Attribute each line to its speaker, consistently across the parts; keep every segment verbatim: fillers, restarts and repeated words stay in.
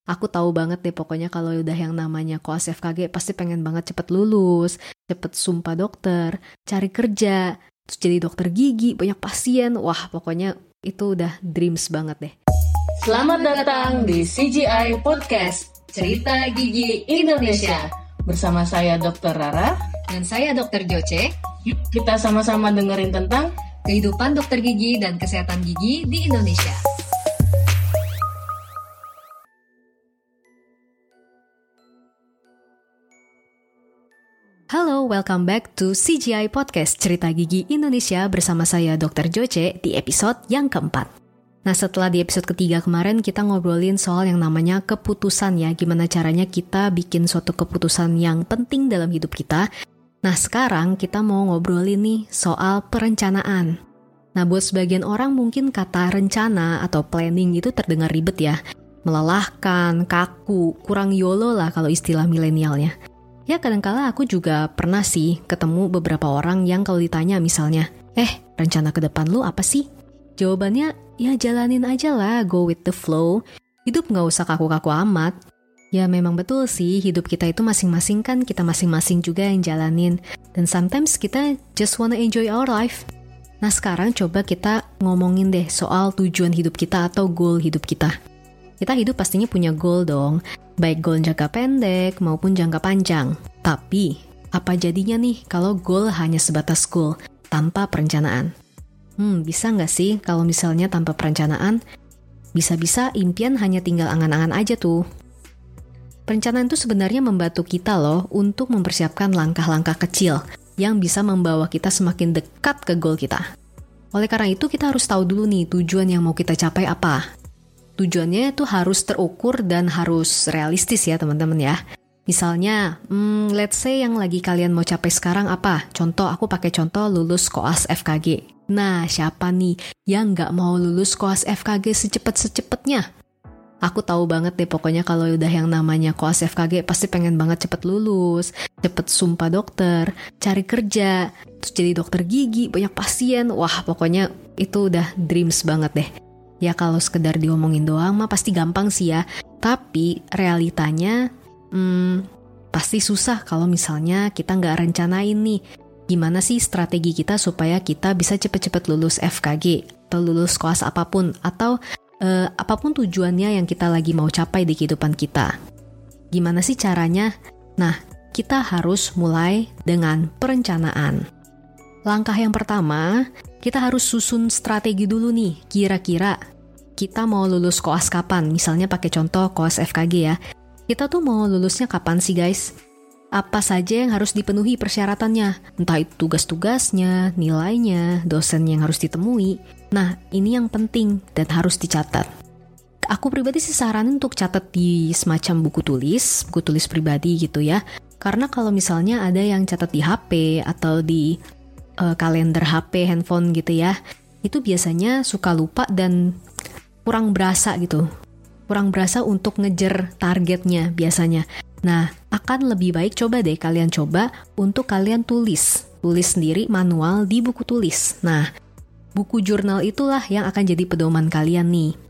Speaker 1: Aku tahu banget deh pokoknya kalau udah yang namanya koas F K G pasti pengen banget cepet lulus, cepet sumpah dokter, cari kerja, terus jadi dokter gigi, banyak pasien. Wah, pokoknya itu udah dreams banget deh.
Speaker 2: Selamat datang di C G I Podcast, Cerita Gigi Indonesia. Bersama saya dokter Rara
Speaker 1: Dan saya dokter Joce.
Speaker 2: Yuk kita sama-sama dengerin tentang
Speaker 1: kehidupan dokter gigi dan kesehatan gigi di Indonesia. Halo, welcome back to C G I Podcast Cerita Gigi Indonesia bersama saya dokter Joce di episode yang keempat. Nah, setelah di episode ketiga kemarin kita ngobrolin soal yang namanya keputusan ya, gimana caranya kita bikin suatu keputusan yang penting dalam hidup kita. Nah, sekarang kita mau ngobrolin nih soal perencanaan. Nah, buat sebagian orang mungkin kata rencana atau planning itu terdengar ribet ya, melelahkan, kaku, kurang YOLO lah kalau istilah milenialnya. Ya kadangkala aku juga pernah sih ketemu beberapa orang yang kalau ditanya misalnya, eh rencana ke depan lu apa sih? Jawabannya, ya jalanin aja lah, go with the flow. Hidup gak usah kaku-kaku amat. Ya memang betul sih, hidup kita itu masing-masing kan, kita masing-masing juga yang jalanin. Dan sometimes kita just wanna enjoy our life. Nah sekarang coba kita ngomongin deh soal tujuan hidup kita atau goal hidup kita. Kita hidup pastinya punya goal dong, baik goal jangka pendek maupun jangka panjang. Tapi, apa jadinya nih kalau goal hanya sebatas goal, tanpa perencanaan? Hmm, bisa nggak sih kalau misalnya tanpa perencanaan? Bisa-bisa impian hanya tinggal angan-angan aja tuh. Perencanaan itu sebenarnya membantu kita loh untuk mempersiapkan langkah-langkah kecil yang bisa membawa kita semakin dekat ke goal kita. Oleh karena itu kita harus tahu dulu nih tujuan yang mau kita capai apa. Tujuannya itu harus terukur dan harus realistis ya teman-teman ya. Misalnya, hmm, let's say yang lagi kalian mau capai sekarang apa? Contoh, aku pakai contoh lulus koas F K G. Nah, siapa nih yang nggak mau lulus koas F K G secepat-secepatnya? Aku tahu banget deh pokoknya kalau udah yang namanya koas F K G pasti pengen banget cepet lulus, cepet sumpah dokter, cari kerja, terus jadi dokter gigi, banyak pasien. Wah, pokoknya itu udah dreams banget deh. Ya kalau sekedar diomongin doang mah pasti gampang sih ya. Tapi realitanya hmm, pasti susah kalau misalnya kita nggak rencanain nih. Gimana sih strategi kita supaya kita bisa cepet-cepet lulus F K G atau lulus koas apapun. Atau eh, apapun tujuannya yang kita lagi mau capai di kehidupan kita. Gimana sih caranya? Nah, kita harus mulai dengan perencanaan. Langkah yang pertama, kita harus susun strategi dulu nih, kira-kira kita mau lulus koas kapan, misalnya pakai contoh koas F K G ya. Kita tuh mau lulusnya kapan sih guys? Apa saja yang harus dipenuhi persyaratannya, entah itu tugas-tugasnya, nilainya, dosen yang harus ditemui. Nah, ini yang penting dan harus dicatat. Aku pribadi sih saranin untuk catat di semacam buku tulis, buku tulis pribadi gitu ya. Karena kalau misalnya ada yang catat di H P atau di Uh, kalender H P, handphone gitu ya, itu biasanya suka lupa dan kurang berasa gitu. Kurang berasa untuk ngejar targetnya biasanya. Nah, akan lebih baik coba deh kalian coba untuk kalian tulis. Tulis sendiri manual di buku tulis. Nah, buku jurnal itulah yang akan jadi pedoman kalian nih.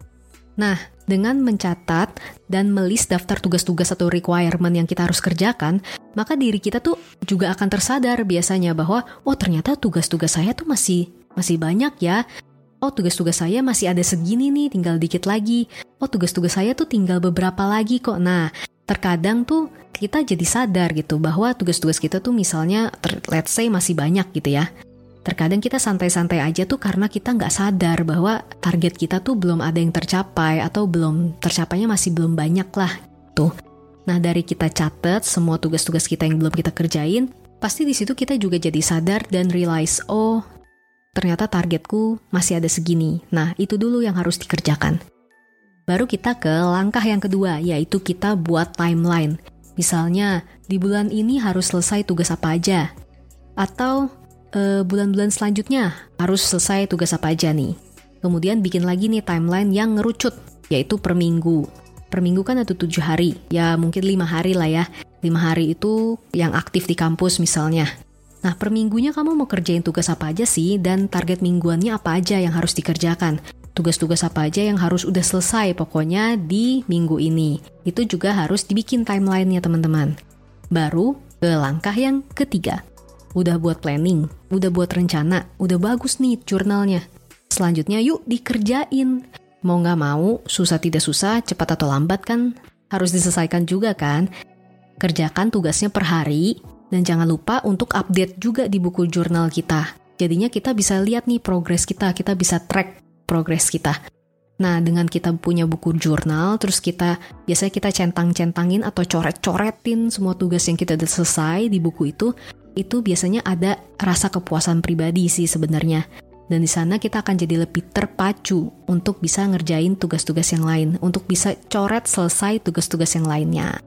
Speaker 1: Nah, dengan mencatat dan melis daftar tugas-tugas atau requirement yang kita harus kerjakan, maka diri kita tuh juga akan tersadar biasanya bahwa, oh ternyata tugas-tugas saya tuh masih masih banyak ya. Oh tugas-tugas saya masih ada segini nih, tinggal dikit lagi. Oh tugas-tugas saya tuh tinggal beberapa lagi kok. Nah, terkadang tuh kita jadi sadar gitu bahwa tugas-tugas kita tuh misalnya, ter- let's say masih banyak gitu ya. Terkadang kita santai-santai aja tuh karena kita nggak sadar bahwa target kita tuh belum ada yang tercapai atau belum tercapainya masih belum banyak lah tuh. Nah dari kita catat semua tugas-tugas kita yang belum kita kerjain, pasti di situ kita juga jadi sadar dan realize oh ternyata targetku masih ada segini. Nah itu dulu yang harus dikerjakan. Baru kita ke langkah yang kedua, yaitu kita buat timeline. Misalnya di bulan ini harus selesai tugas apa aja, atau Uh, bulan-bulan selanjutnya harus selesai tugas apa aja nih. Kemudian bikin lagi nih timeline yang ngerucut, yaitu per minggu. Per minggu kan ada tujuh hari, ya mungkin lima hari lah ya. Lima hari itu yang aktif di kampus misalnya. Nah per minggunya kamu mau kerjain tugas apa aja sih, dan target mingguannya apa aja yang harus dikerjakan. tugas-tugas apa aja yang harus udah selesai pokoknya di minggu ini. Itu juga harus dibikin timeline-nya teman-teman. Baru ke langkah yang ketiga. Udah buat planning, udah buat rencana, udah bagus nih jurnalnya. Selanjutnya yuk dikerjain. Mau gak mau, susah tidak susah, cepat atau lambat kan harus diselesaikan juga kan. Kerjakan tugasnya per hari, dan jangan lupa untuk update juga di buku jurnal kita. Jadinya kita bisa lihat nih progres kita, kita bisa track progres kita. Nah, dengan kita punya buku jurnal, terus kita, biasanya kita centang-centangin atau coret-coretin semua tugas yang kita udah selesai di buku itu, itu biasanya ada rasa kepuasan pribadi sih sebenarnya. Dan di sana kita akan jadi lebih terpacu untuk bisa ngerjain tugas-tugas yang lain, untuk bisa coret selesai tugas-tugas yang lainnya.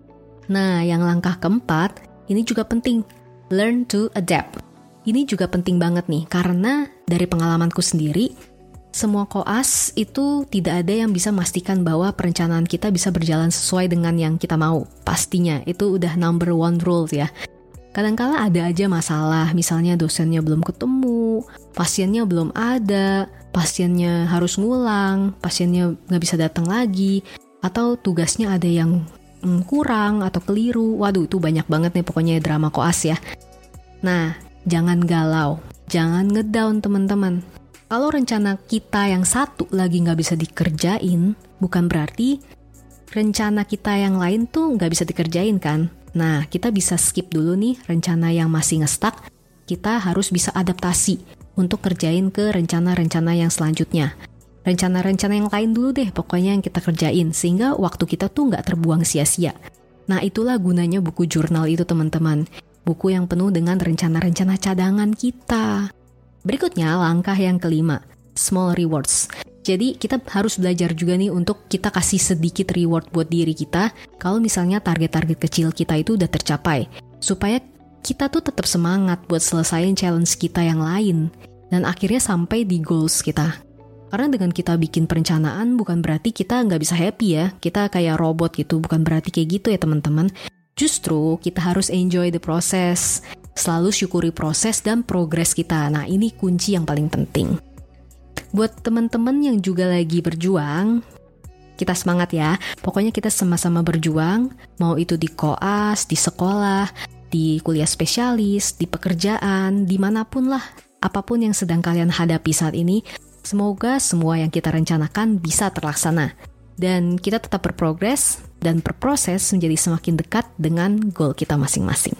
Speaker 1: Nah, yang langkah keempat, ini juga penting, learn to adapt. Ini juga penting banget nih, karena dari pengalamanku sendiri, semua koas itu tidak ada yang bisa memastikan bahwa perencanaan kita bisa berjalan sesuai dengan yang kita mau. Pastinya, itu udah number one rule ya. Kadang-kala ada aja masalah, misalnya dosennya belum ketemu, pasiennya belum ada, pasiennya harus ngulang, pasiennya nggak bisa datang lagi, atau tugasnya ada yang mm, kurang atau keliru. Waduh, itu banyak banget nih pokoknya drama koas ya. Nah, jangan galau, jangan ngedown teman-teman. Kalau rencana kita yang satu lagi nggak bisa dikerjain, bukan berarti rencana kita yang lain tuh nggak bisa dikerjain kan? Nah, kita bisa skip dulu nih rencana yang masih nge-stuck. Kita harus bisa adaptasi untuk kerjain ke rencana-rencana yang selanjutnya. Rencana-rencana yang lain dulu deh pokoknya yang kita kerjain, sehingga waktu kita tuh nggak terbuang sia-sia. Nah, itulah gunanya buku jurnal itu teman-teman. Buku yang penuh dengan rencana-rencana cadangan kita. Berikutnya, langkah yang kelima, small rewards. Jadi kita harus belajar juga nih untuk kita kasih sedikit reward buat diri kita kalau misalnya target-target kecil kita itu udah tercapai. Supaya kita tuh tetap semangat buat selesain challenge kita yang lain. Dan akhirnya sampai di goals kita. Karena dengan kita bikin perencanaan bukan berarti kita nggak bisa happy ya. Kita kayak robot gitu, bukan berarti kayak gitu ya teman-teman. Justru kita harus enjoy the process. Selalu syukuri proses dan progres kita. Nah, ini kunci yang paling penting. Buat teman-teman yang juga lagi berjuang, kita semangat ya. Pokoknya kita sama-sama berjuang, mau itu di koas, di sekolah, di kuliah spesialis, di pekerjaan, dimanapun lah. Apapun yang sedang kalian hadapi saat ini, semoga semua yang kita rencanakan bisa terlaksana. Dan kita tetap berprogres dan berproses menjadi semakin dekat dengan goal kita masing-masing.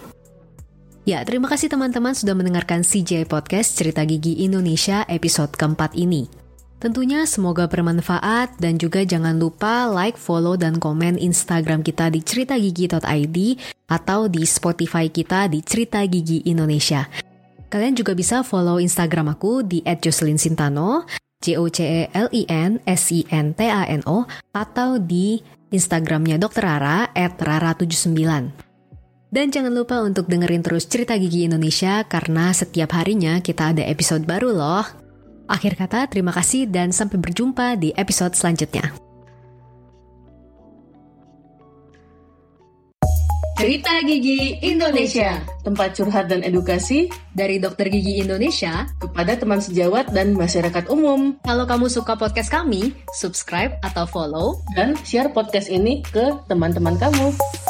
Speaker 1: Ya, terima kasih teman-teman sudah mendengarkan C J I Podcast Cerita Gigi Indonesia episode keempat ini. Tentunya semoga bermanfaat dan juga jangan lupa like, follow, dan komen Instagram kita di cerita gigi dot i d atau di Spotify kita di Cerita Gigi Indonesia. Kalian juga bisa follow Instagram aku di et jocelyn sintano, J O C E L I N S I N T A N O, atau di Instagramnya dokter Rara et rara tujuh sembilan. Dan jangan lupa untuk dengerin terus Cerita Gigi Indonesia karena setiap harinya kita ada episode baru loh. Akhir kata, terima kasih dan sampai berjumpa di episode selanjutnya.
Speaker 2: Cerita Gigi Indonesia, tempat curhat dan edukasi
Speaker 1: dari Dokter Gigi Indonesia
Speaker 2: kepada teman sejawat dan masyarakat umum.
Speaker 1: Kalau kamu suka podcast kami, subscribe atau follow
Speaker 2: dan share podcast ini ke teman-teman kamu.